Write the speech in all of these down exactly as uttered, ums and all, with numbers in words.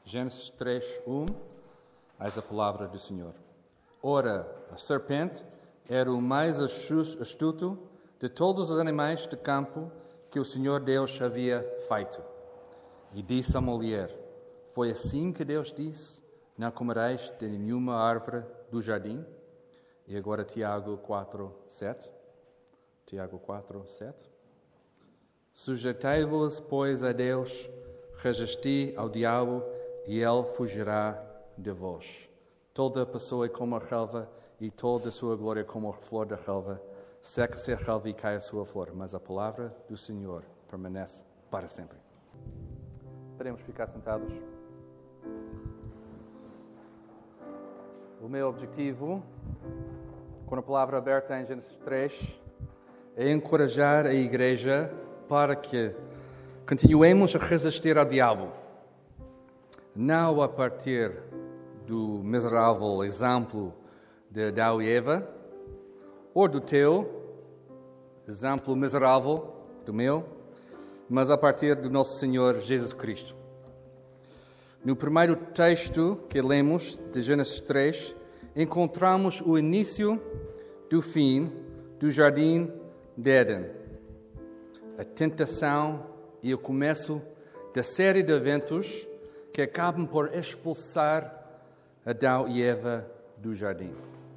Gênesis três, um, eis a palavra do Senhor. Ora, a serpente era o mais astuto de todos os animais de campo que o Senhor Deus havia feito. E disse à mulher, foi assim que Deus disse, não comereis de nenhuma árvore do jardim? E agora Tiago quatro, sete. Tiago quatro, sete. Sujeitai-vos, pois, a Deus, resisti ao diabo, e ele fugirá de vós. Toda a pessoa é como a relva, e toda a sua glória como a flor da relva. Seca-se a relva e cai a sua flor, mas a palavra do Senhor permanece para sempre. Podemos ficar sentados. O meu objetivo, com a palavra aberta em Gênesis três, é encorajar a igreja para que continuemos a resistir ao diabo. Não a partir do miserável exemplo de Adão e Eva, ou do teu exemplo miserável, do meu, mas a partir do nosso Senhor Jesus Cristo. No primeiro texto que lemos, de Gênesis três, encontramos o início do fim do jardim de Éden. A tentação e o começo da série de eventos que acabam por expulsar Adão e Eva do jardim.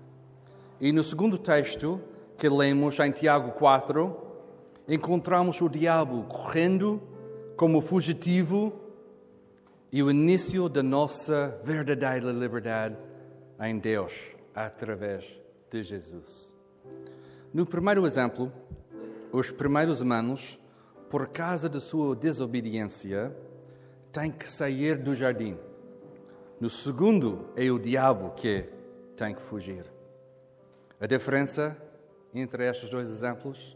E no segundo texto que lemos em Tiago quatro, encontramos o diabo correndo como fugitivo e o início da nossa verdadeira liberdade em Deus, através de Jesus. No primeiro exemplo, os primeiros humanos, por causa da sua desobediência, têm que sair do jardim. No segundo, é o diabo que tem que fugir. A diferença entre estes dois exemplos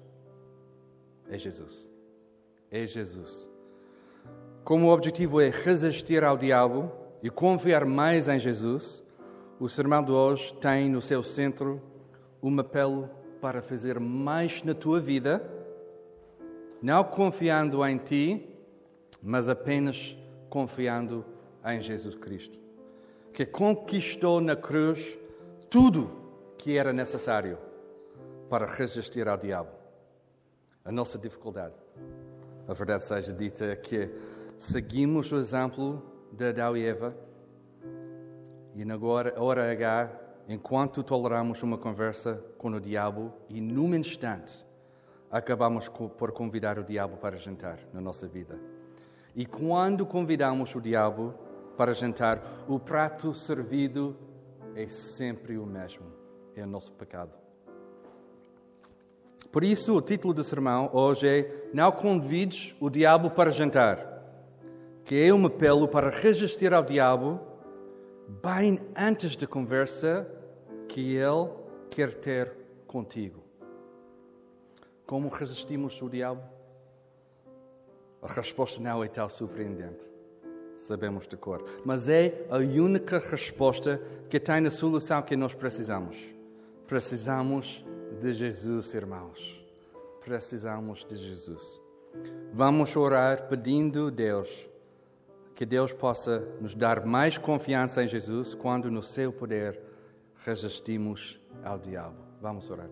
é Jesus. É Jesus. Como o objetivo é resistir ao diabo e confiar mais em Jesus, o sermão de hoje tem no seu centro um apelo para fazer mais na tua vida, não confiando em ti, mas apenas confiando em Jesus Cristo, que conquistou na cruz tudo que era necessário para resistir ao diabo. A nossa dificuldade, a verdade seja dita, é que seguimos o exemplo de Adão e Eva e na hora H, enquanto toleramos uma conversa com o diabo e num instante acabamos por convidar o diabo para jantar na nossa vida. E quando convidamos o diabo para jantar, o prato servido é sempre o mesmo. É o nosso pecado. Por isso, o título do sermão hoje é Não convides o diabo para jantar, que é um apelo para resistir ao diabo bem antes da conversa que ele quer ter contigo. Como resistimos ao diabo? A resposta não é tão surpreendente. Sabemos de cor. Mas é a única resposta que tem a solução que nós precisamos. Precisamos de Jesus, irmãos. Precisamos de Jesus. Vamos orar pedindo a Deus que Deus possa nos dar mais confiança em Jesus quando no seu poder resistimos ao diabo. Vamos orar.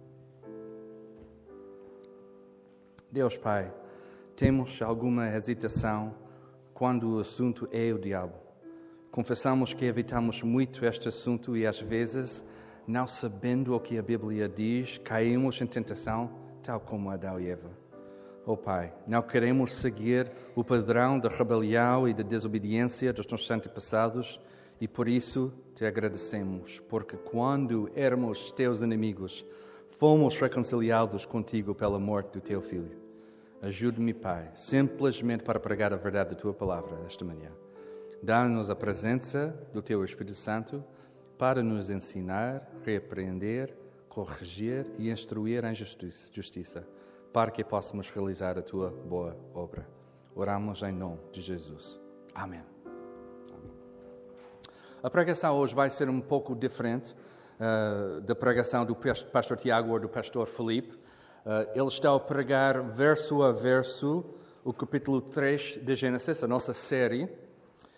Deus Pai, temos alguma hesitação quando o assunto é o diabo. Confessamos que evitamos muito este assunto e às vezes, não sabendo o que a Bíblia diz, caímos em tentação, tal como Adão e Eva. Oh Pai, não queremos seguir o padrão da rebelião e da desobediência dos nossos antepassados e por isso te agradecemos, porque quando éramos teus inimigos, fomos reconciliados contigo pela morte do teu Filho. Ajude-me, Pai, simplesmente para pregar a verdade da tua palavra esta manhã. Dá-nos a presença do teu Espírito Santo para nos ensinar, repreender, corrigir e instruir em justiça, para que possamos realizar a tua boa obra. Oramos em nome de Jesus. Amém. Amém. A pregação hoje vai ser um pouco diferente uh, da pregação do pastor Tiago ou do pastor Felipe. Uh, ele está a pregar verso a verso o capítulo três de Gênesis, a nossa série.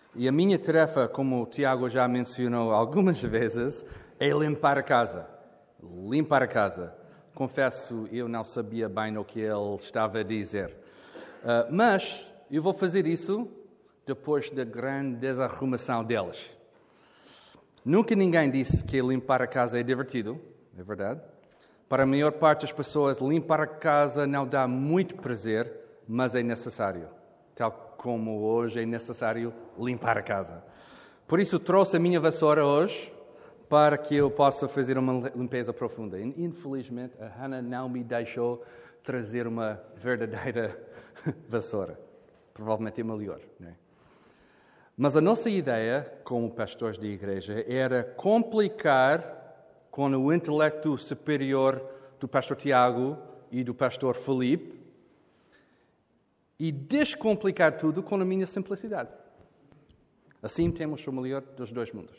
E a minha tarefa, como o Tiago já mencionou algumas vezes, é limpar a casa. Limpar a casa. Confesso, eu não sabia bem o que ele estava a dizer. Uh, mas eu vou fazer isso depois da grande desarrumação deles. Nunca ninguém disse que limpar a casa é divertido, é verdade. Para a maior parte das pessoas, limpar a casa não dá muito prazer, mas é necessário. Tal como hoje é necessário limpar a casa. Por isso trouxe a minha vassoura hoje para que eu possa fazer uma limpeza profunda. Infelizmente, a Hannah não me deixou trazer uma verdadeira vassoura. Provavelmente é melhor, não é? Mas a nossa ideia, como pastores de igreja, era complicar com o intelecto superior do pastor Tiago e do pastor Felipe e descomplicar tudo com a minha simplicidade. Assim temos o melhor dos dois mundos.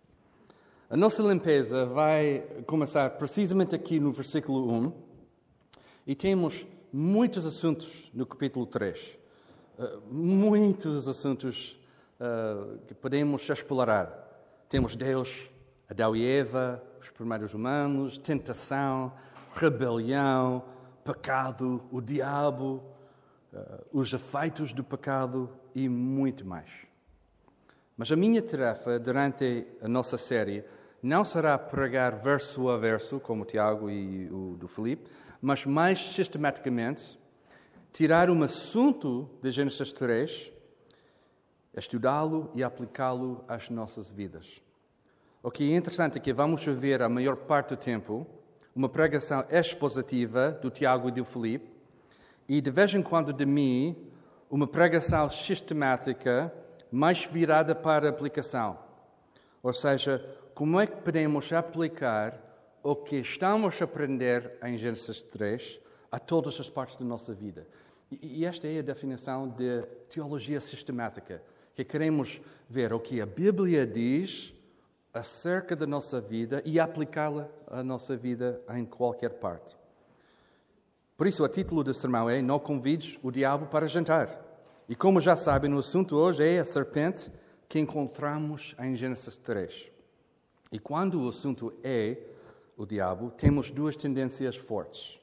A nossa limpeza vai começar precisamente aqui no versículo um e temos muitos assuntos no capítulo três. Uh, muitos assuntos uh, que podemos explorar. Temos Deus, Adão e Eva, os primeiros humanos, tentação, rebelião, pecado, o diabo, uh, os efeitos do pecado e muito mais. Mas a minha tarefa durante a nossa série não será pregar verso a verso, como o Tiago e o do Filipe, mas mais sistematicamente tirar um assunto de Gênesis três, estudá-lo e aplicá-lo às nossas vidas. O que é interessante é que vamos ver a maior parte do tempo uma pregação expositiva do Tiago e do Filipe e, de vez em quando, de mim, uma pregação sistemática mais virada para a aplicação. Ou seja, como é que podemos aplicar o que estamos a aprender em Gênesis três a todas as partes da nossa vida. E esta é a definição de teologia sistemática, que queremos ver o que a Bíblia diz acerca da nossa vida e aplicá-la à nossa vida em qualquer parte. Por isso, o título do sermão é Não convides o diabo para jantar. E como já sabem, o assunto hoje é a serpente que encontramos em Gênesis três. E quando o assunto é o diabo, temos duas tendências fortes.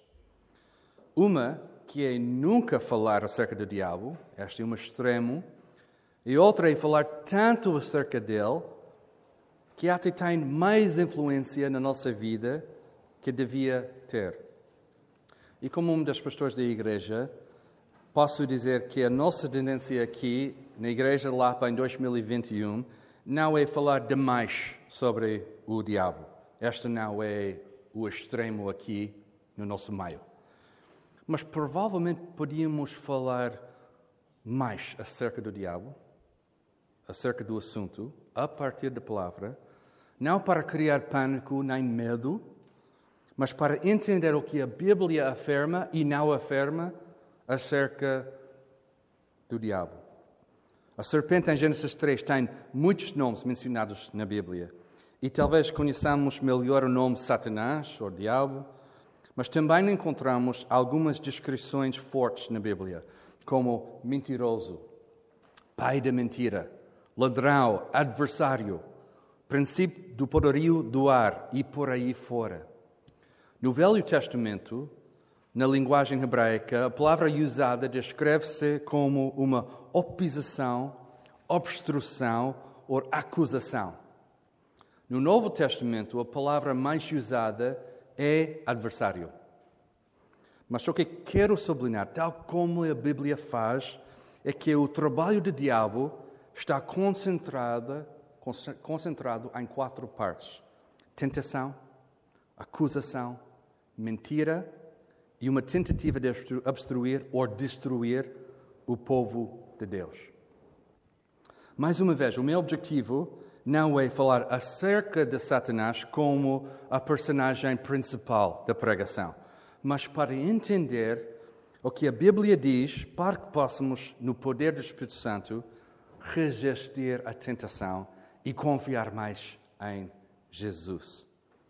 Uma que é nunca falar acerca do diabo, este é um extremo, e outra é falar tanto acerca dele que até tem mais influência na nossa vida que devia ter. E como um dos pastores da igreja, posso dizer que a nossa tendência aqui, na Igreja Lapa, em dois mil e vinte e um, não é falar demais sobre o diabo. Este não é o extremo aqui no nosso meio. Mas provavelmente podíamos falar mais acerca do diabo, acerca do assunto, a partir da palavra, não para criar pânico nem medo, mas para entender o que a Bíblia afirma e não afirma acerca do diabo. A serpente em Gênesis três tem muitos nomes mencionados na Bíblia. E talvez conheçamos melhor o nome Satanás, ou diabo, mas também encontramos algumas descrições fortes na Bíblia, como mentiroso, pai da mentira, ladrão, adversário, princípio do poderio do ar e por aí fora. No Velho Testamento, na linguagem hebraica, a palavra usada descreve-se como uma oposição, obstrução ou acusação. No Novo Testamento, a palavra mais usada é adversário. Mas o que quero sublinhar, tal como a Bíblia faz, é que o trabalho do diabo está concentrado, concentrado em quatro partes: tentação, acusação, mentira e uma tentativa de obstruir ou destruir o povo de Deus. Mais uma vez, o meu objetivo não é falar acerca de Satanás como a personagem principal da pregação, mas para entender o que a Bíblia diz para que possamos, no poder do Espírito Santo, resistir à tentação e confiar mais em Jesus.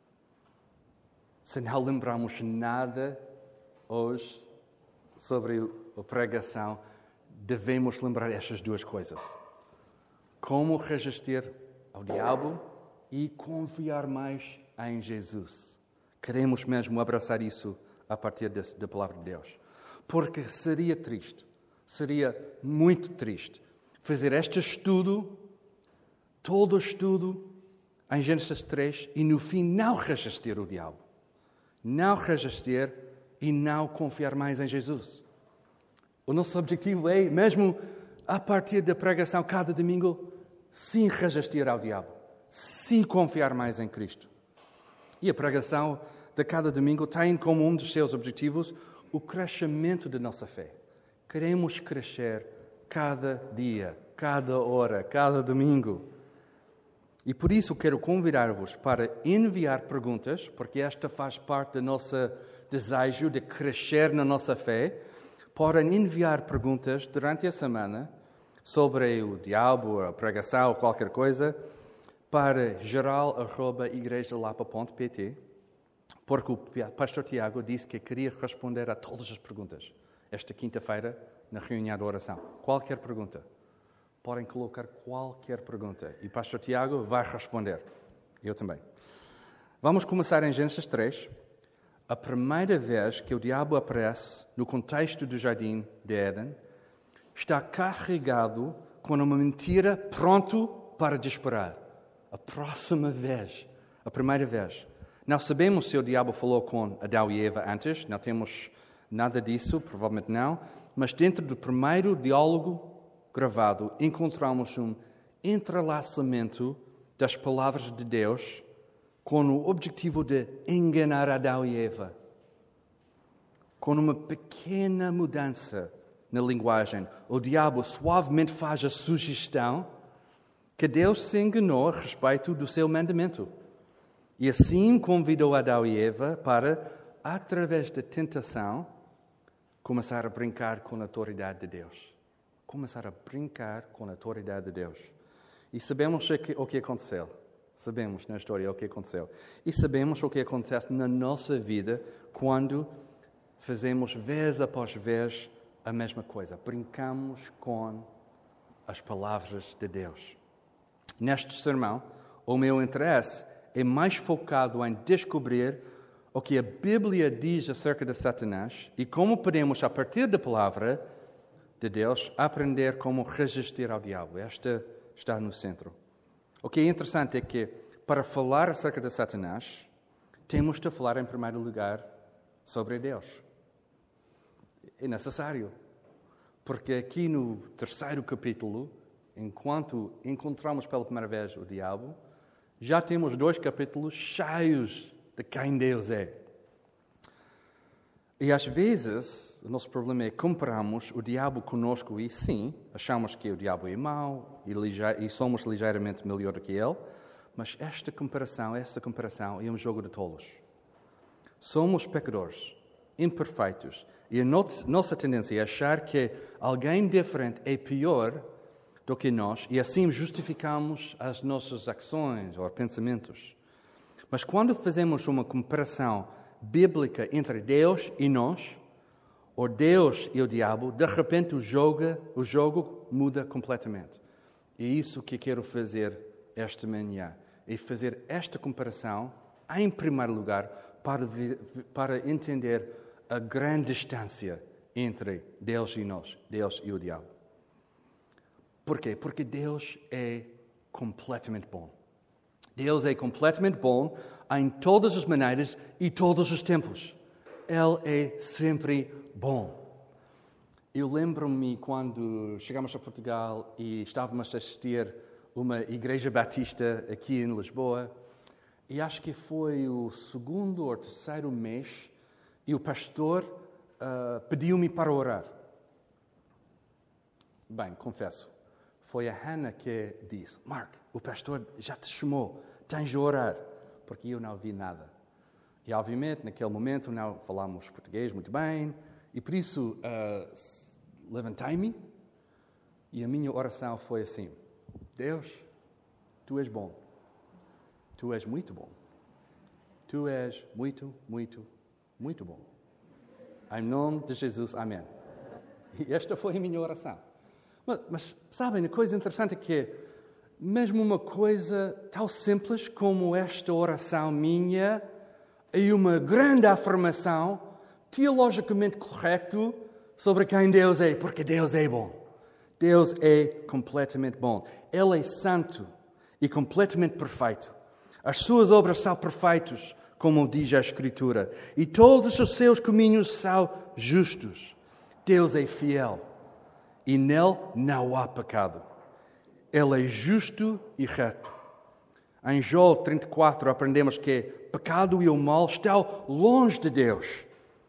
Se não lembramos nada hoje sobre a pregação, devemos lembrar estas duas coisas. como resistir ao diabo e confiar mais em Jesus. Queremos mesmo abraçar isso a partir de, da palavra de Deus. Porque seria triste, seria muito triste, fazer este estudo, todo o estudo, em Gênesis três, e no fim não resistir ao diabo. Não resistir e não confiar mais em Jesus. O nosso objetivo é, mesmo a partir da pregação cada domingo, sim resistir ao diabo, sim confiar mais em Cristo. E a pregação de cada domingo tem como um dos seus objetivos o crescimento da nossa fé. Queremos crescer cada dia, cada hora, cada domingo. E por isso quero convidar-vos para enviar perguntas, porque esta faz parte do nosso desejo de crescer na nossa fé. Podem enviar perguntas durante a semana sobre o diabo, a pregação ou qualquer coisa, para geral arroba igreja lapa ponto pt, porque o pastor Tiago disse que queria responder a todas as perguntas esta quinta-feira na reunião de oração. Qualquer pergunta. Podem colocar qualquer pergunta e o pastor Tiago vai responder. Eu também. Vamos começar em Gênesis três. A primeira vez que o diabo aparece no contexto do jardim de Éden, está carregado com uma mentira pronto para disparar. A próxima vez, a primeira vez. Não sabemos se o diabo falou com Adão e Eva antes, não temos nada disso, provavelmente não, mas dentro do primeiro diálogo gravado, encontramos um entrelaçamento das palavras de Deus com o objetivo de enganar Adão e Eva. Com uma pequena mudança na linguagem, o diabo suavemente faz a sugestão que Deus se enganou a respeito do seu mandamento. E assim convidou Adão e Eva para, através da tentação, começar a brincar com a autoridade de Deus. Começar a brincar com a autoridade de Deus. E sabemos o que aconteceu. Sabemos na história o que aconteceu. E sabemos o que acontece na nossa vida quando fazemos vez após vez a mesma coisa. Brincamos com as palavras de Deus. Neste sermão, o meu interesse é mais focado em descobrir o que a Bíblia diz acerca de Satanás e como podemos, a partir da palavra de Deus, aprender como resistir ao diabo. Esta está no centro. O que é interessante é que, para falar acerca de Satanás, temos de falar, em primeiro lugar, sobre Deus. É necessário. Porque aqui no terceiro capítulo, enquanto encontramos pela primeira vez o diabo, já temos dois capítulos cheios de quem Deus é. E às vezes, o nosso problema é que comparamos o diabo conosco e sim, achamos que o diabo é mau e, lige- e somos ligeiramente melhor do que ele, mas esta comparação, essa comparação é um jogo de tolos. Somos pecadores, imperfeitos, e a not- nossa tendência é achar que alguém diferente é pior do que nós e assim justificamos as nossas ações ou pensamentos. Mas quando fazemos uma comparação bíblica entre Deus e nós, ou Deus e o diabo, de repente o jogo, o jogo muda completamente. E é isso que quero fazer esta manhã. É fazer esta comparação, em primeiro lugar, para, para entender a grande distância entre Deus e nós, Deus e o diabo. Por quê? Porque Deus é completamente bom. Deus é completamente bom em todas as maneiras e todos os tempos. Ele é sempre bom. Eu lembro-me quando chegámos a Portugal e estávamos a assistir uma igreja batista aqui em Lisboa, e acho que foi o segundo ou terceiro mês, e o pastor uh, pediu-me para orar. Bem, confesso, foi a Hannah que disse: Mark, o pastor já te chamou, tens de orar, porque eu não vi nada. E, obviamente, naquele momento não falamos português muito bem, e por isso uh, levantei-me, e a minha oração foi assim: Deus, Tu és bom, Tu és muito bom, Tu és muito, muito, muito bom. Em nome de Jesus, amém. E esta foi a minha oração. Mas, mas sabem, a coisa interessante é que mesmo uma coisa tão simples como esta oração minha é uma grande afirmação teologicamente correta sobre quem Deus é, porque Deus é bom. Deus é completamente bom. Ele é santo e completamente perfeito. As suas obras são perfeitas, como diz a Escritura, e todos os seus caminhos são justos. Deus é fiel e nele não há pecado. Ele é justo e reto. Em João trinta e quatro aprendemos que pecado e o mal estão longe de Deus.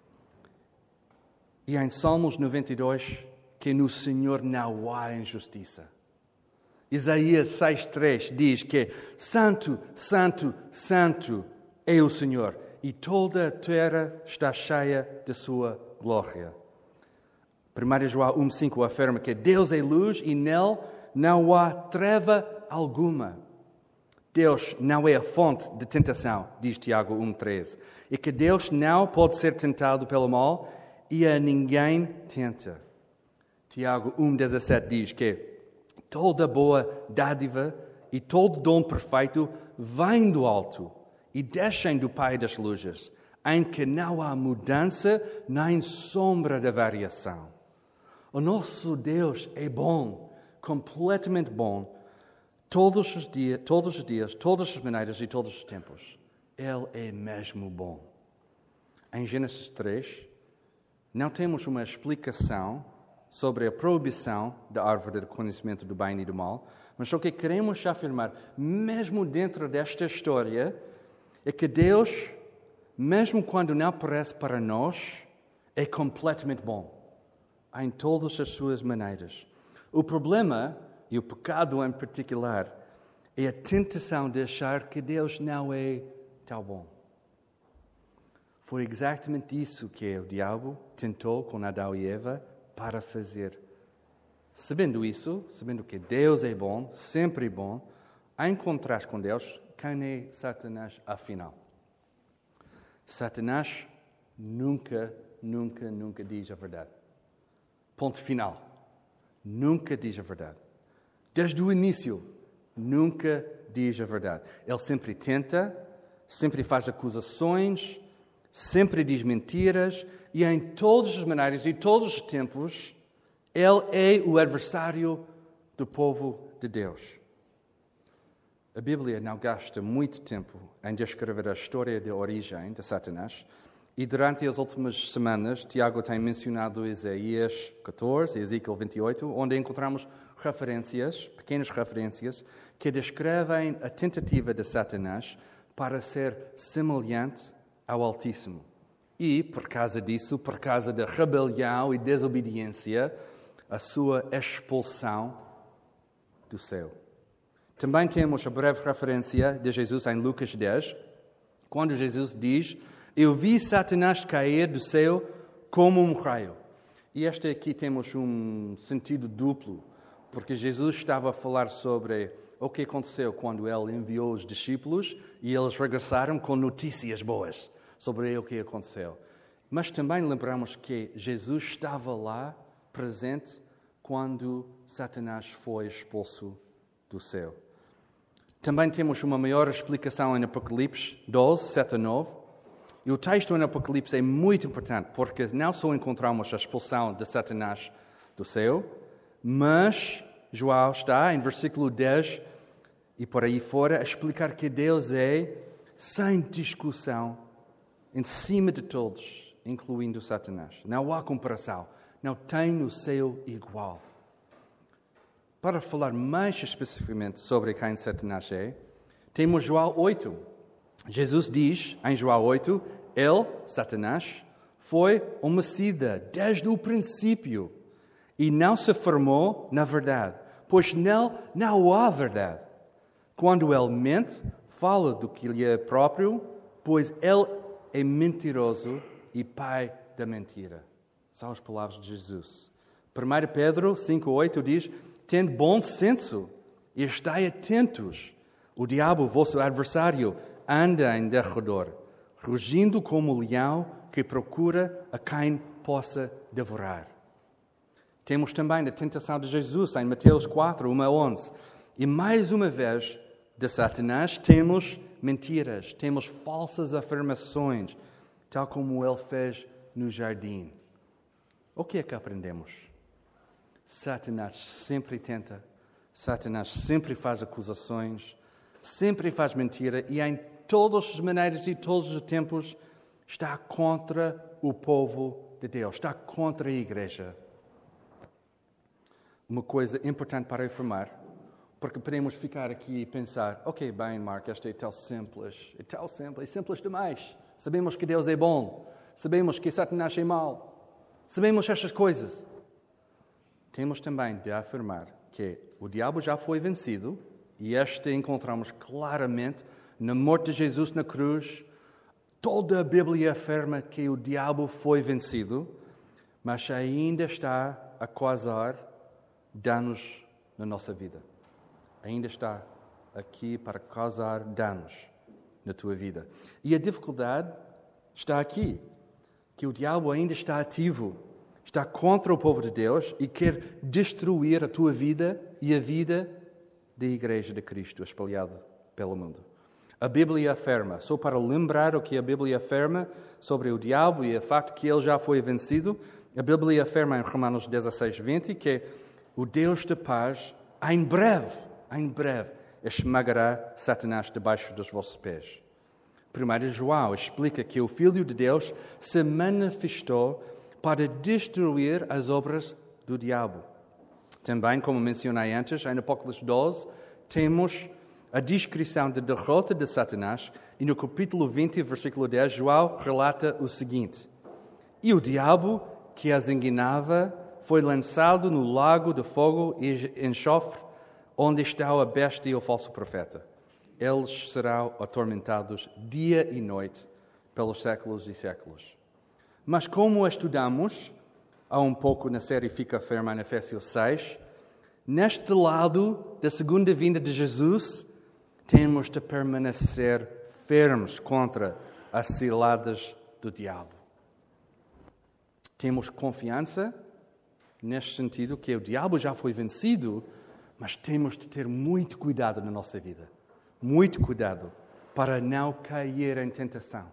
E em Salmos noventa e dois, que no Senhor não há injustiça. Isaías seis três diz que santo, santo, santo é o Senhor e toda a terra está cheia de sua glória. primeiro João um cinco afirma que Deus é luz e nele não há treva alguma. Deus não é a fonte de tentação, diz Tiago um treze. E que Deus não pode ser tentado pelo mal e a ninguém tenta. Tiago um dezassete diz que toda boa dádiva e todo dom perfeito vem do alto e descem do Pai das luzes, em que não há mudança nem sombra de variação. O nosso Deus é bom, completamente bom, todos os dias, todos os dias, todas as maneiras e todos os tempos. Ele é mesmo bom. Em Gênesis três, não temos uma explicação sobre a proibição da árvore do conhecimento do bem e do mal, mas o que queremos afirmar, mesmo dentro desta história, é que Deus, mesmo quando não aparece para nós, é completamente bom em todas as suas maneiras. O problema, e o pecado em particular, é a tentação de achar que Deus não é tão bom. Foi exatamente isso que o diabo tentou com Adão e Eva para fazer. Sabendo isso, sabendo que Deus é bom, sempre bom, em contraste com Deus, quem é Satanás afinal? Satanás nunca, nunca, nunca diz a verdade. Ponto final. Nunca diz a verdade. Desde o início, nunca diz a verdade. Ele sempre tenta, sempre faz acusações, sempre diz mentiras e em todas as maneiras e todos os tempos, ele é o adversário do povo de Deus. A Bíblia não gasta muito tempo em descrever a história de origem de Satanás e durante as últimas semanas, Tiago tem mencionado Isaías catorze e Ezequiel vinte e oito, onde encontramos referências, pequenas referências, que descrevem a tentativa de Satanás para ser semelhante ao Altíssimo. E, por causa disso, por causa da rebelião e desobediência, a sua expulsão do céu. Também temos a breve referência de Jesus em Lucas dez, quando Jesus diz: eu vi Satanás cair do céu como um raio. E este aqui temos um sentido duplo, porque Jesus estava a falar sobre o que aconteceu quando ele enviou os discípulos e eles regressaram com notícias boas sobre o que aconteceu. Mas também lembramos que Jesus estava lá, presente, quando Satanás foi expulso do céu. Também temos uma maior explicação em Apocalipse doze, sete a nove. E o texto em Apocalipse é muito importante, porque não só encontramos a expulsão de Satanás do céu, mas João está, em versículo dez e por aí fora, a explicar que Deus é, sem discussão, em cima de todos, incluindo Satanás. Não há comparação, não tem no céu igual. Para falar mais especificamente sobre quem Satanás é, temos João oito. Jesus diz, em João oito, ele, Satanás, foi homicida desde o princípio e não se formou na verdade, pois nele não há verdade. Quando ele mente, fala do que lhe é próprio, pois ele é mentiroso e pai da mentira. São as palavras de Jesus. primeiro Pedro cinco oito diz: tende bom senso e estai atentos. O diabo, vosso adversário, anda em derredor, rugindo como o leão que procura a quem possa devorar. Temos também a tentação de Jesus em Mateus quatro, um a onze. E mais uma vez, de Satanás, temos mentiras, temos falsas afirmações, tal como ele fez no jardim. O que é que aprendemos? Satanás sempre tenta, Satanás sempre faz acusações, sempre faz mentira e em todas as maneiras e todos os tempos está contra o povo de Deus, está contra a igreja. Uma coisa importante para afirmar, porque podemos ficar aqui e pensar, ok, bem, Mark, isto é tão simples, é tão simples, é simples demais. Sabemos que Deus é bom, sabemos que Satanás é mau, sabemos estas coisas. Temos também de afirmar que o diabo já foi vencido, e este encontramos claramente na morte de Jesus na cruz. Toda a Bíblia afirma que o diabo foi vencido, mas ainda está a causar danos na nossa vida. Ainda está aqui para causar danos na tua vida. E a dificuldade está aqui, que o diabo ainda está ativo, está contra o povo de Deus e quer destruir a tua vida e a vida da Igreja de Cristo espalhada pelo mundo. A Bíblia afirma, só para lembrar o que a Bíblia afirma sobre o diabo e o facto que ele já foi vencido, a Bíblia afirma em Romanos dezasseis, vinte, que o Deus de paz, em breve, em breve, esmagará Satanás debaixo dos vossos pés. Primeiro João explica que o Filho de Deus se manifestou para destruir as obras do diabo. Também, como mencionei antes, em Apocalipse doze, temos a descrição da derrota de Satanás e no capítulo vinte, versículo dez, João relata o seguinte: E o diabo que as enganava foi lançado no lago de fogo e enxofre, onde está a besta e o falso profeta. Eles serão atormentados dia e noite pelos séculos e séculos. Mas como estudamos há um pouco na série Fica Firme em Efésios seis, neste lado da segunda vinda de Jesus, temos de permanecer firmes contra as ciladas do diabo. Temos confiança neste sentido que o diabo já foi vencido, mas temos de ter muito cuidado na nossa vida. Muito cuidado para não cair em tentação.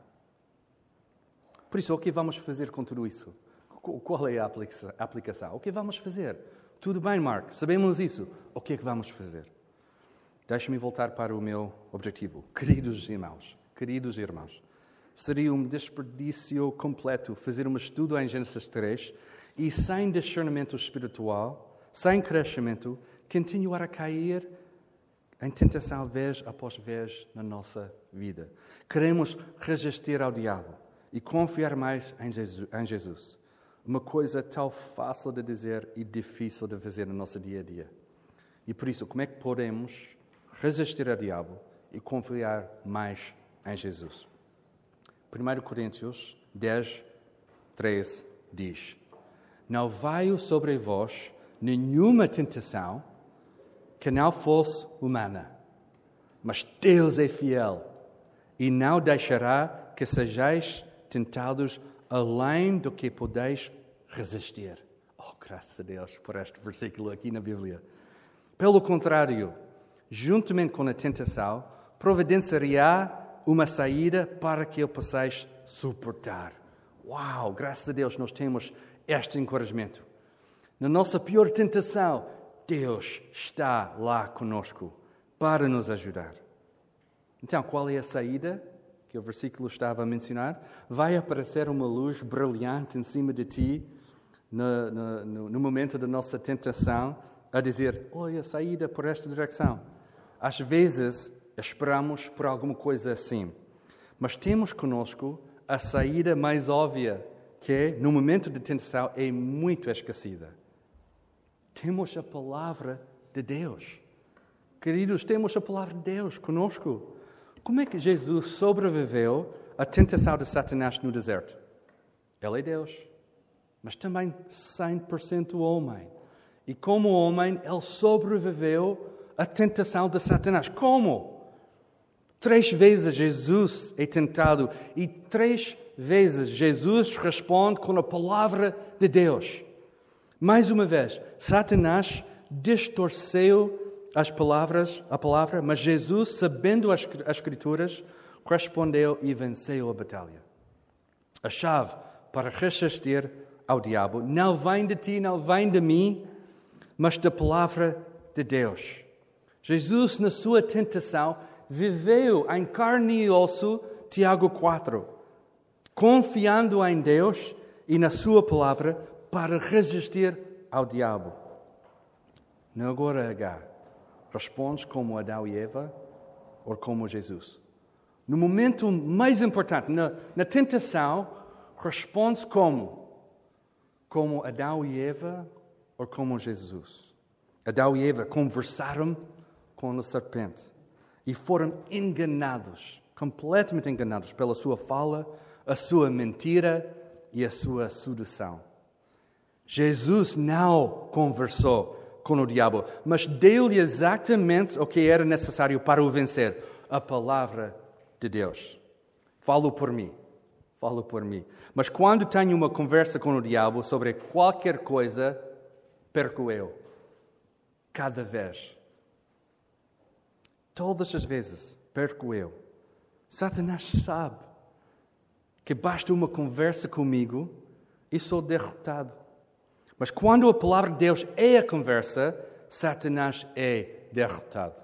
Por isso, o que vamos fazer com tudo isso? Qual é a aplicação? O que vamos fazer? Tudo bem, Mark, sabemos isso. O que é que vamos fazer? Deixe-me voltar para o meu objetivo. Queridos irmãos, queridos irmãos, seria um desperdício completo fazer um estudo em Gênesis três e sem discernimento espiritual, sem crescimento, continuar a cair em tentação vez após vez na nossa vida. Queremos resistir ao diabo e confiar mais em Jesus, em Jesus. Uma coisa tão fácil de dizer e difícil de fazer no nosso dia a dia. E por isso, como é que podemos resistir ao diabo e confiar mais em Jesus? primeiro Coríntios dez, treze diz: Não veio sobre vós nenhuma tentação que não fosse humana, mas Deus é fiel e não deixará que sejais tentados além do que podeis resistir. Oh, graças a Deus por este versículo aqui na Bíblia. Pelo contrário, juntamente com a tentação, providenciará uma saída para que o possais suportar. Uau, graças a Deus nós temos este encorajamento. Na nossa pior tentação, Deus está lá conosco para nos ajudar. Então, qual é a saída que o versículo estava a mencionar? Vai aparecer uma luz brilhante em cima de ti no, no, no momento da nossa tentação, a dizer, olha, a saída por esta direção. Às vezes, esperamos por alguma coisa assim, mas temos conosco a saída mais óbvia, que é, no momento de tentação, é muito esquecida. Temos a palavra de Deus. Queridos, temos a palavra de Deus conosco. Como é que Jesus sobreviveu à tentação de Satanás no deserto? Ele é Deus, mas também cem por cento homem. E como homem, ele sobreviveu à tentação de Satanás. Como? Três vezes Jesus é tentado e três vezes Jesus responde com a palavra de Deus. Mais uma vez, Satanás distorceu as palavras, a palavra, mas Jesus, sabendo as, as Escrituras, respondeu e venceu a batalha. A chave para resistir ao diabo não vem de ti, não vem de mim, mas da palavra de Deus. Jesus, na sua tentação, viveu em carne e osso, Tiago quatro, confiando em Deus e na sua palavra para resistir ao diabo. Não agora, H, respondes como Adão e Eva ou como Jesus? No momento mais importante, na, na tentação, respondes como? Como Adão e Eva ou como Jesus? Adão e Eva conversaram com a serpente e foram enganados, completamente enganados pela sua fala, a sua mentira e a sua sedução. Jesus não conversou com o diabo, mas deu-lhe exatamente o que era necessário para o vencer, a palavra de Deus. Falo por mim, falo por mim. Mas quando tenho uma conversa com o diabo sobre qualquer coisa, perco eu. Cada vez. Todas as vezes, perco eu. Satanás sabe que basta uma conversa comigo e sou derrotado. Mas quando a palavra de Deus é a conversa, Satanás é derrotado.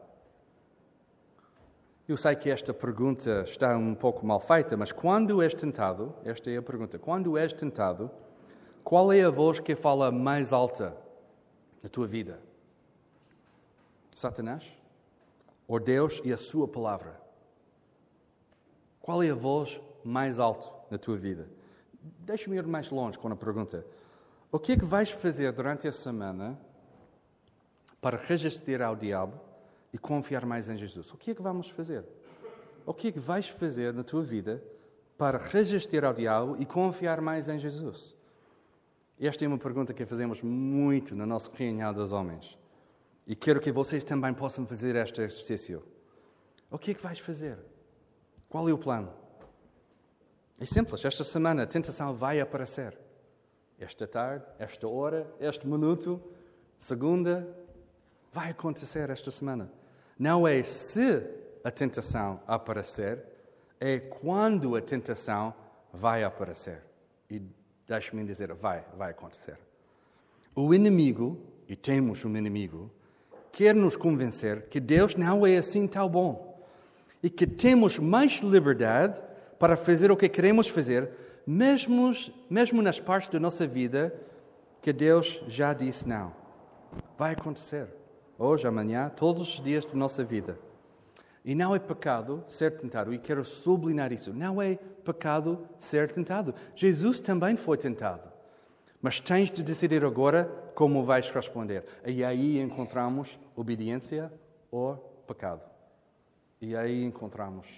Eu sei que esta pergunta está um pouco mal feita, mas quando és tentado, esta é a pergunta, quando és tentado, qual é a voz que fala mais alta na tua vida? Satanás? Ou Deus e a sua palavra? Qual é a voz mais alta na tua vida? Deixa-me ir mais longe com a pergunta. O que é que vais fazer durante a semana para resistir ao diabo e confiar mais em Jesus? O que é que vamos fazer? O que é que vais fazer na tua vida para resistir ao diabo e confiar mais em Jesus? Esta é uma pergunta que fazemos muito na nossa reunião dos homens. E quero que vocês também possam fazer este exercício. O que é que vais fazer? Qual é o plano? É simples. Esta semana a tentação vai aparecer. Esta tarde, esta hora, este minuto, segunda, vai acontecer esta semana. Não é se a tentação aparecer, é quando a tentação vai aparecer. E deixe-me dizer, vai, vai acontecer. O inimigo, e temos um inimigo, quer nos convencer que Deus não é assim tão bom e que temos mais liberdade para fazer o que queremos fazer, mesmo, mesmo nas partes da nossa vida que Deus já disse não. Vai acontecer. Hoje, amanhã, todos os dias da nossa vida. E não é pecado ser tentado. E quero sublinhar isso. Não é pecado ser tentado. Jesus também foi tentado. Mas tens de decidir agora como vais responder. E aí encontramos obediência ou pecado. E aí encontramos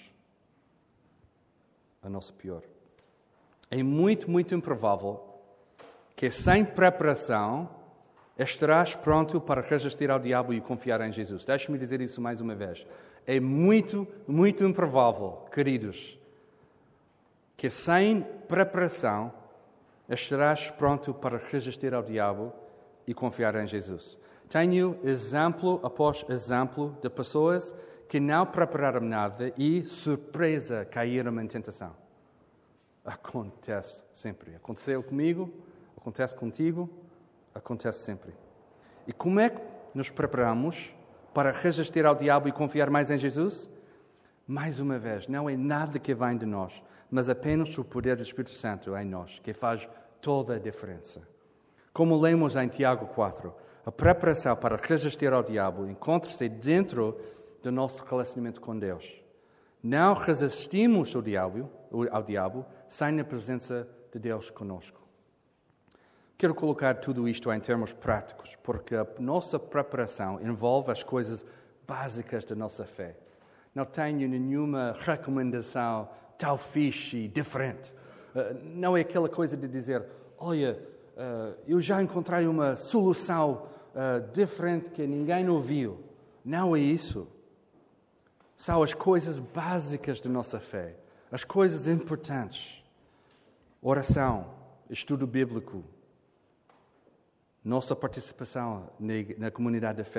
a nossa pior. É muito, muito improvável que sem preparação estarás pronto para resistir ao diabo e confiar em Jesus. Deixe-me dizer isso mais uma vez. É muito, muito improvável, queridos, que sem preparação estarás pronto para resistir ao diabo e confiar em Jesus. Tenho exemplo após exemplo de pessoas que não prepararam nada e, surpresa, caíram em tentação. Acontece sempre. Aconteceu comigo, acontece contigo, acontece sempre. E como é que nos preparamos para resistir ao diabo e confiar mais em Jesus? Mais uma vez, não é nada que vem de nós, mas apenas o poder do Espírito Santo em nós, que faz toda a diferença. Como lemos em Tiago quatro, a preparação para resistir ao diabo encontra-se dentro do nosso relacionamento com Deus. Não resistimos ao diabo, ao diabo sem a presença de Deus conosco. Quero colocar tudo isto em termos práticos, porque a nossa preparação envolve as coisas básicas da nossa fé. Não tenho nenhuma recomendação tão fixe e diferente. Não é aquela coisa de dizer, olha, eu já encontrei uma solução diferente que ninguém ouviu. Não é isso. São as coisas básicas da nossa fé, as coisas importantes. Oração, estudo bíblico, nossa participação na comunidade da fé,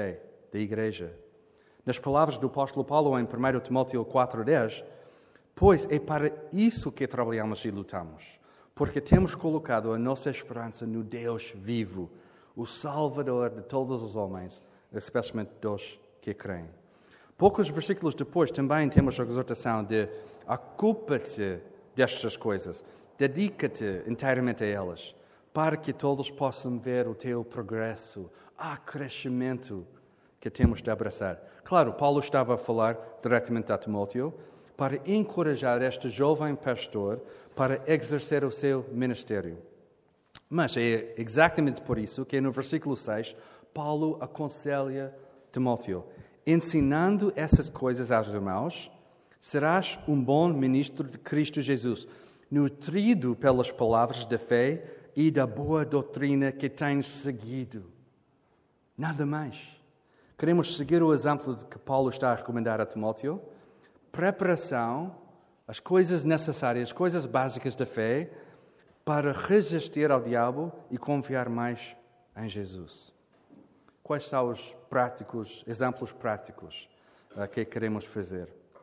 da igreja. Nas palavras do apóstolo Paulo em primeiro Timóteo quatro dez, pois é para isso que trabalhamos e lutamos, porque temos colocado a nossa esperança no Deus vivo, o Salvador de todos os homens, especialmente dos que creem. Poucos versículos depois também temos a exortação de ocupa-te destas coisas, dedica-te inteiramente a elas, para que todos possam ver o teu progresso, há crescimento que temos de abraçar. Claro, Paulo estava a falar diretamente a Timóteo para encorajar este jovem pastor para exercer o seu ministério. Mas é exatamente por isso que no versículo seis, Paulo aconselha Timóteo, ensinando essas coisas aos irmãos, serás um bom ministro de Cristo Jesus, nutrido pelas palavras da fé e da boa doutrina que tens seguido. Nada mais. Queremos seguir o exemplo de que Paulo está a recomendar a Timóteo. Preparação, as coisas necessárias, as coisas básicas da fé, para resistir ao diabo e confiar mais em Jesus. Quais são os práticos, exemplos práticos uh, que queremos fazer?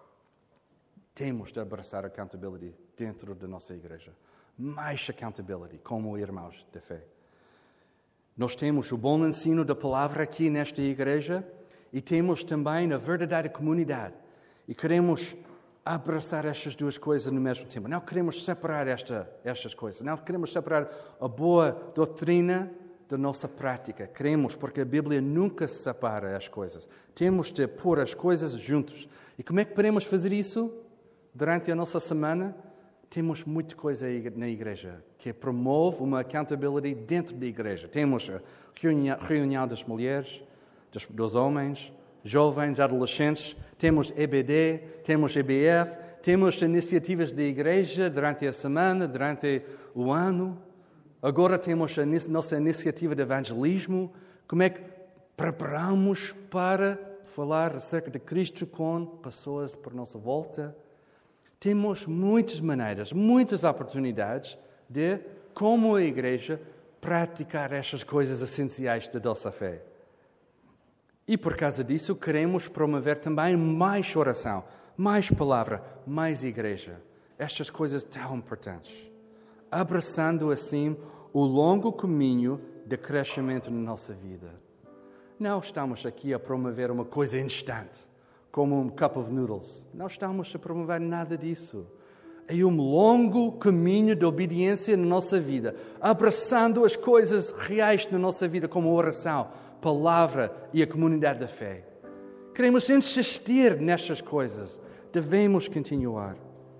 Temos de abraçar a accountability dentro da nossa igreja. Mais accountability, como irmãos da fé. Nós temos o bom ensino da palavra aqui nesta igreja e temos também a verdadeira comunidade. E queremos abraçar estas duas coisas no mesmo tempo. Não queremos separar esta, estas coisas. Não queremos separar a boa doutrina da nossa prática. Queremos, porque a Bíblia nunca separa as coisas. Temos de pôr as coisas juntos. E como é que podemos fazer isso? Durante a nossa semana, temos muita coisa na igreja que promove uma accountability dentro da igreja. Temos a reunião das mulheres, dos, dos homens, jovens, adolescentes, temos E B D, temos E B F, temos iniciativas da igreja durante a semana, durante o ano. Agora temos a nossa iniciativa de evangelismo. Como é que preparamos para falar acerca de Cristo com pessoas por nossa volta? Temos muitas maneiras, muitas oportunidades de, como a igreja, praticar estas coisas essenciais da nossa fé. E por causa disso, queremos promover também mais oração, mais palavra, mais igreja. Estas coisas tão importantes. Abraçando assim o longo caminho de crescimento na nossa vida. Não estamos aqui a promover uma coisa instante, como um cup of noodles. Não estamos a promover nada disso. É um longo caminho de obediência na nossa vida, abraçando as coisas reais na nossa vida, como a oração, palavra e a comunidade da fé. Queremos insistir nestas coisas. Devemos continuar.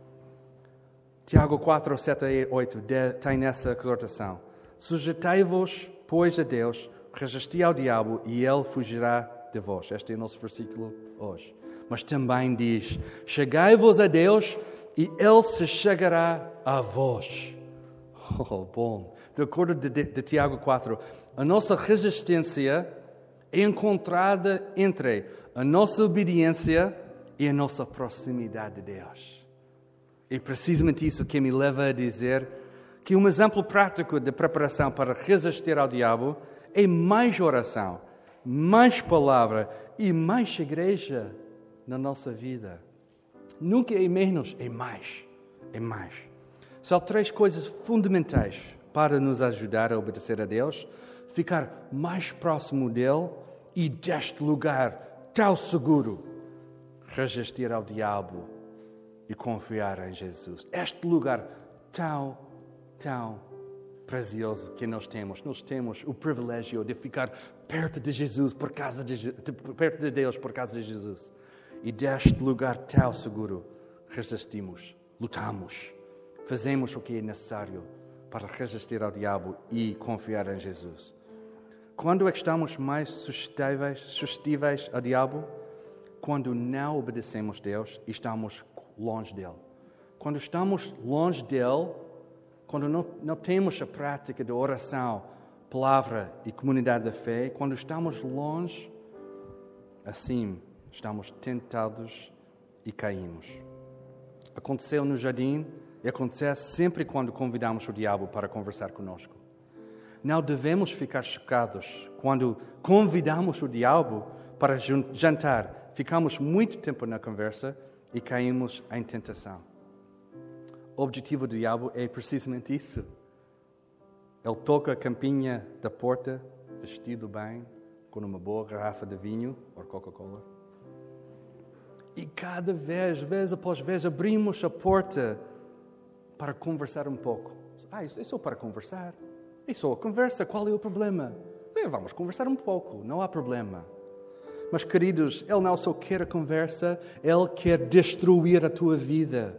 Tiago quatro, sete e oito tem essa exortação. Sujeitai-vos, pois, a Deus, resisti ao diabo e ele fugirá de vós. Este é o nosso versículo hoje. Mas também diz, chegai-vos a Deus e ele se chegará a vós. Oh, bom. De acordo de, de, de Tiago quatro, a nossa resistência é encontrada entre a nossa obediência e a nossa proximidade de Deus. É precisamente isso que me leva a dizer que um exemplo prático de preparação para resistir ao diabo é mais oração, mais palavra e mais igreja na nossa vida. Nunca é menos, é mais, é mais. São três coisas fundamentais para nos ajudar a obedecer a Deus, ficar mais próximo dele e deste lugar tão seguro, resistir ao diabo e confiar em Jesus. Este lugar tão, tão precioso que nós temos. Nós temos o privilégio de ficar perto de Jesus por causa de, de perto de Deus por causa de Jesus. E deste lugar tão seguro, resistimos, lutamos, fazemos o que é necessário para resistir ao diabo e confiar em Jesus. Quando é que estamos mais suscetíveis, suscetíveis ao diabo? Quando não obedecemos a Deus e estamos longe dele. Quando estamos longe dele, quando não, não temos a prática de oração, palavra e comunidade da fé, quando estamos longe, assim estamos tentados e caímos. Aconteceu no jardim e acontece sempre quando convidamos o diabo para conversar conosco. Não devemos ficar chocados quando convidamos o diabo para jantar. Ficamos muito tempo na conversa e caímos em tentação. O objetivo do diabo é precisamente isso. Ele toca a campainha da porta, vestido bem, com uma boa garrafa de vinho ou Coca-Cola. E cada vez, vez após vez, abrimos a porta para conversar um pouco. Ah, isso é só para conversar. É só a conversa, qual é o problema? É, vamos conversar um pouco, não há problema. Mas, queridos, Ele não só quer a conversa, Ele quer destruir a tua vida.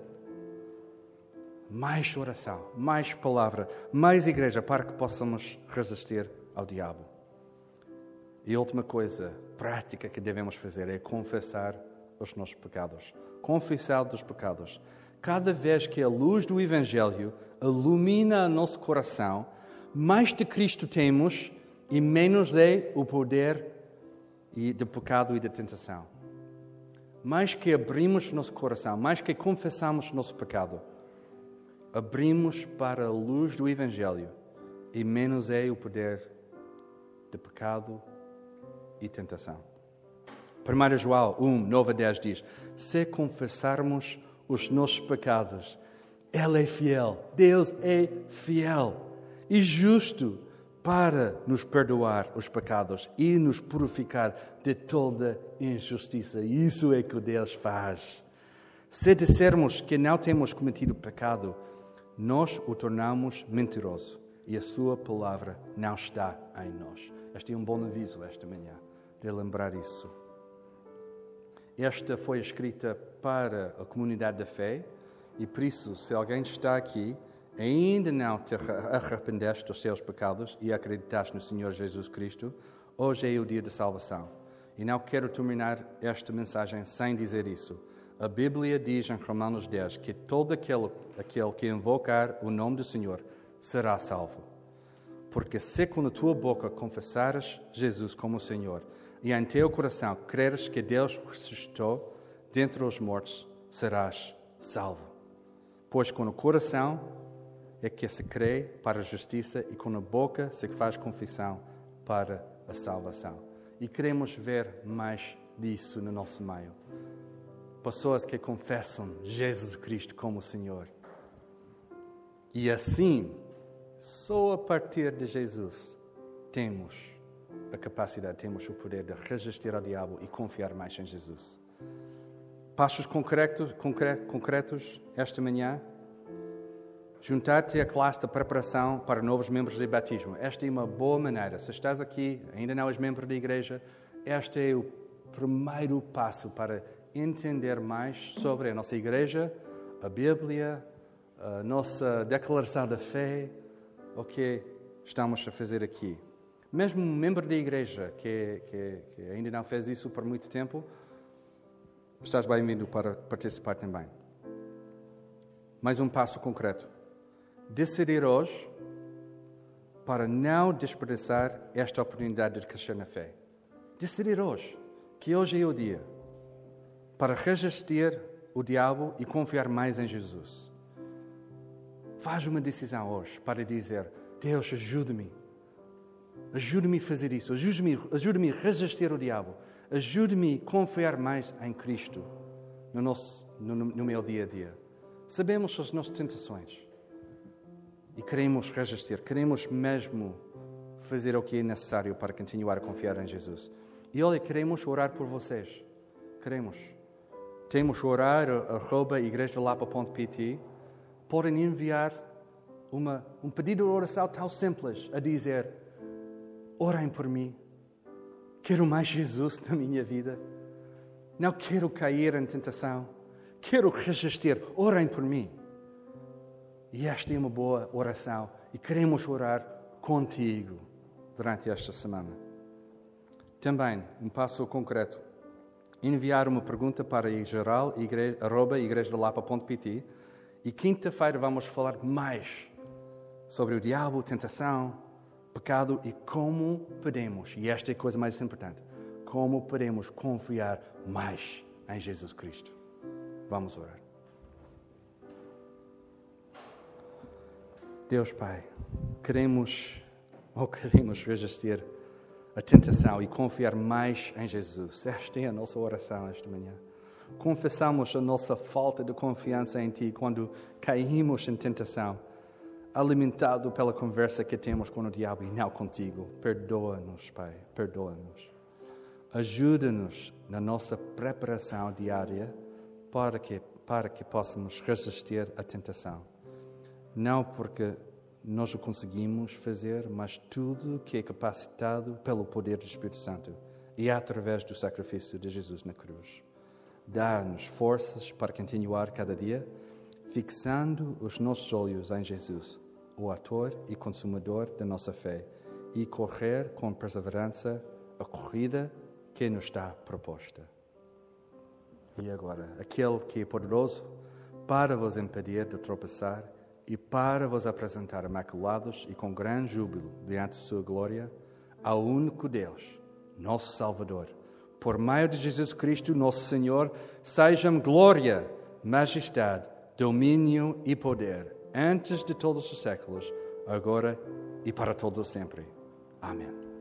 Mais oração, mais palavra, mais igreja para que possamos resistir ao diabo. E a última coisa prática que devemos fazer é confessar os nossos pecados. Confessar dos pecados. Cada vez que a luz do Evangelho ilumina o nosso coração, mais de Cristo temos e menos é o poder do pecado e da tentação. Mais que abrimos nosso coração, mais que confessamos nosso pecado, abrimos para a luz do Evangelho e menos é o poder de pecado e tentação. primeiro João um, nove a dez diz: se confessarmos os nossos pecados, Ele é fiel, Deus é fiel e justo para nos perdoar os pecados e nos purificar de toda injustiça. Isso é que Deus faz. Se dissermos que não temos cometido pecado, nós o tornamos mentiroso e a sua palavra não está em nós. Este é um bom aviso esta manhã, de lembrar isso. Esta foi escrita para a comunidade da fé e, por isso, se alguém está aqui, ainda não te arrependeste dos seus pecados e acreditaste no Senhor Jesus Cristo, hoje é o dia da salvação. E não quero terminar esta mensagem sem dizer isso. A Bíblia diz em Romanos dez que todo aquele, aquele que invocar o nome do Senhor será salvo. Porque se com a tua boca confessares Jesus como Senhor e em teu coração creres que Deus ressuscitou dentre os mortos, serás salvo. Pois com o coração é que se crê para a justiça e com a boca se faz confissão para a salvação. E queremos ver mais disso no nosso meio. Pessoas que confessam Jesus Cristo como Senhor. E assim, só a partir de Jesus, temos a capacidade, temos o poder de resistir ao diabo e confiar mais em Jesus. Passos concretos, concre- concretos esta manhã. Juntar-te à classe de preparação para novos membros de batismo. Esta é uma boa maneira. Se estás aqui, ainda não és membro da igreja, este é o primeiro passo para entender mais sobre a nossa igreja, a Bíblia, a nossa declaração da fé, o que estamos a fazer aqui. Mesmo um membro da igreja que, que, que ainda não fez isso por muito tempo, estás bem-vindo para participar também. Mais um passo concreto. Decidir hoje para não desperdiçar esta oportunidade de crescer na fé. Decidir hoje, que hoje é o dia, para resistir o diabo e confiar mais em Jesus. Faz uma decisão hoje para dizer: Deus, ajude-me. Ajude-me a fazer isso. Ajude-me, ajude-me a resistir o diabo. Ajude-me a confiar mais em Cristo no, nosso, no, no meu dia a dia. Sabemos as nossas tentações e queremos resistir. Queremos mesmo fazer o que é necessário para continuar a confiar em Jesus. E olha, queremos orar por vocês. Queremos. Temos orar arroba igrejalapa ponto pt. Podem enviar uma, um pedido de oração tão simples a dizer: orem por mim. Quero mais Jesus na minha vida. Não quero cair em tentação. Quero resistir. Orem por mim. E esta é uma boa oração. E queremos orar contigo durante esta semana. Também, um passo concreto. Enviar uma pergunta para geral, igre, arroba igrejalapa ponto pt. E quinta-feira vamos falar mais sobre o diabo, tentação, pecado e como podemos, e esta é a coisa mais importante, como podemos confiar mais em Jesus Cristo. Vamos orar. Deus Pai, queremos, ou queremos resistir a tentação e confiar mais em Jesus. Esta é a nossa oração esta manhã. Confessamos a nossa falta de confiança em Ti quando caímos em tentação, alimentado pela conversa que temos com o diabo e não contigo. Perdoa-nos, Pai, perdoa-nos. Ajuda-nos na nossa preparação diária para que, para que possamos resistir à tentação. Não porque nós o conseguimos fazer, mas tudo que é capacitado pelo poder do Espírito Santo e através do sacrifício de Jesus na cruz. Dá-nos forças para continuar cada dia, fixando os nossos olhos em Jesus, o autor e consumador da nossa fé, e correr com perseverança a corrida que nos está proposta. E agora, aquele que é poderoso para vos impedir de tropeçar e para vos apresentar imaculados e com grande júbilo diante de sua glória, ao único Deus, nosso Salvador, por meio de Jesus Cristo, nosso Senhor, sejam glória, majestade, domínio e poder, antes de todos os séculos, agora e para todos sempre. Amém.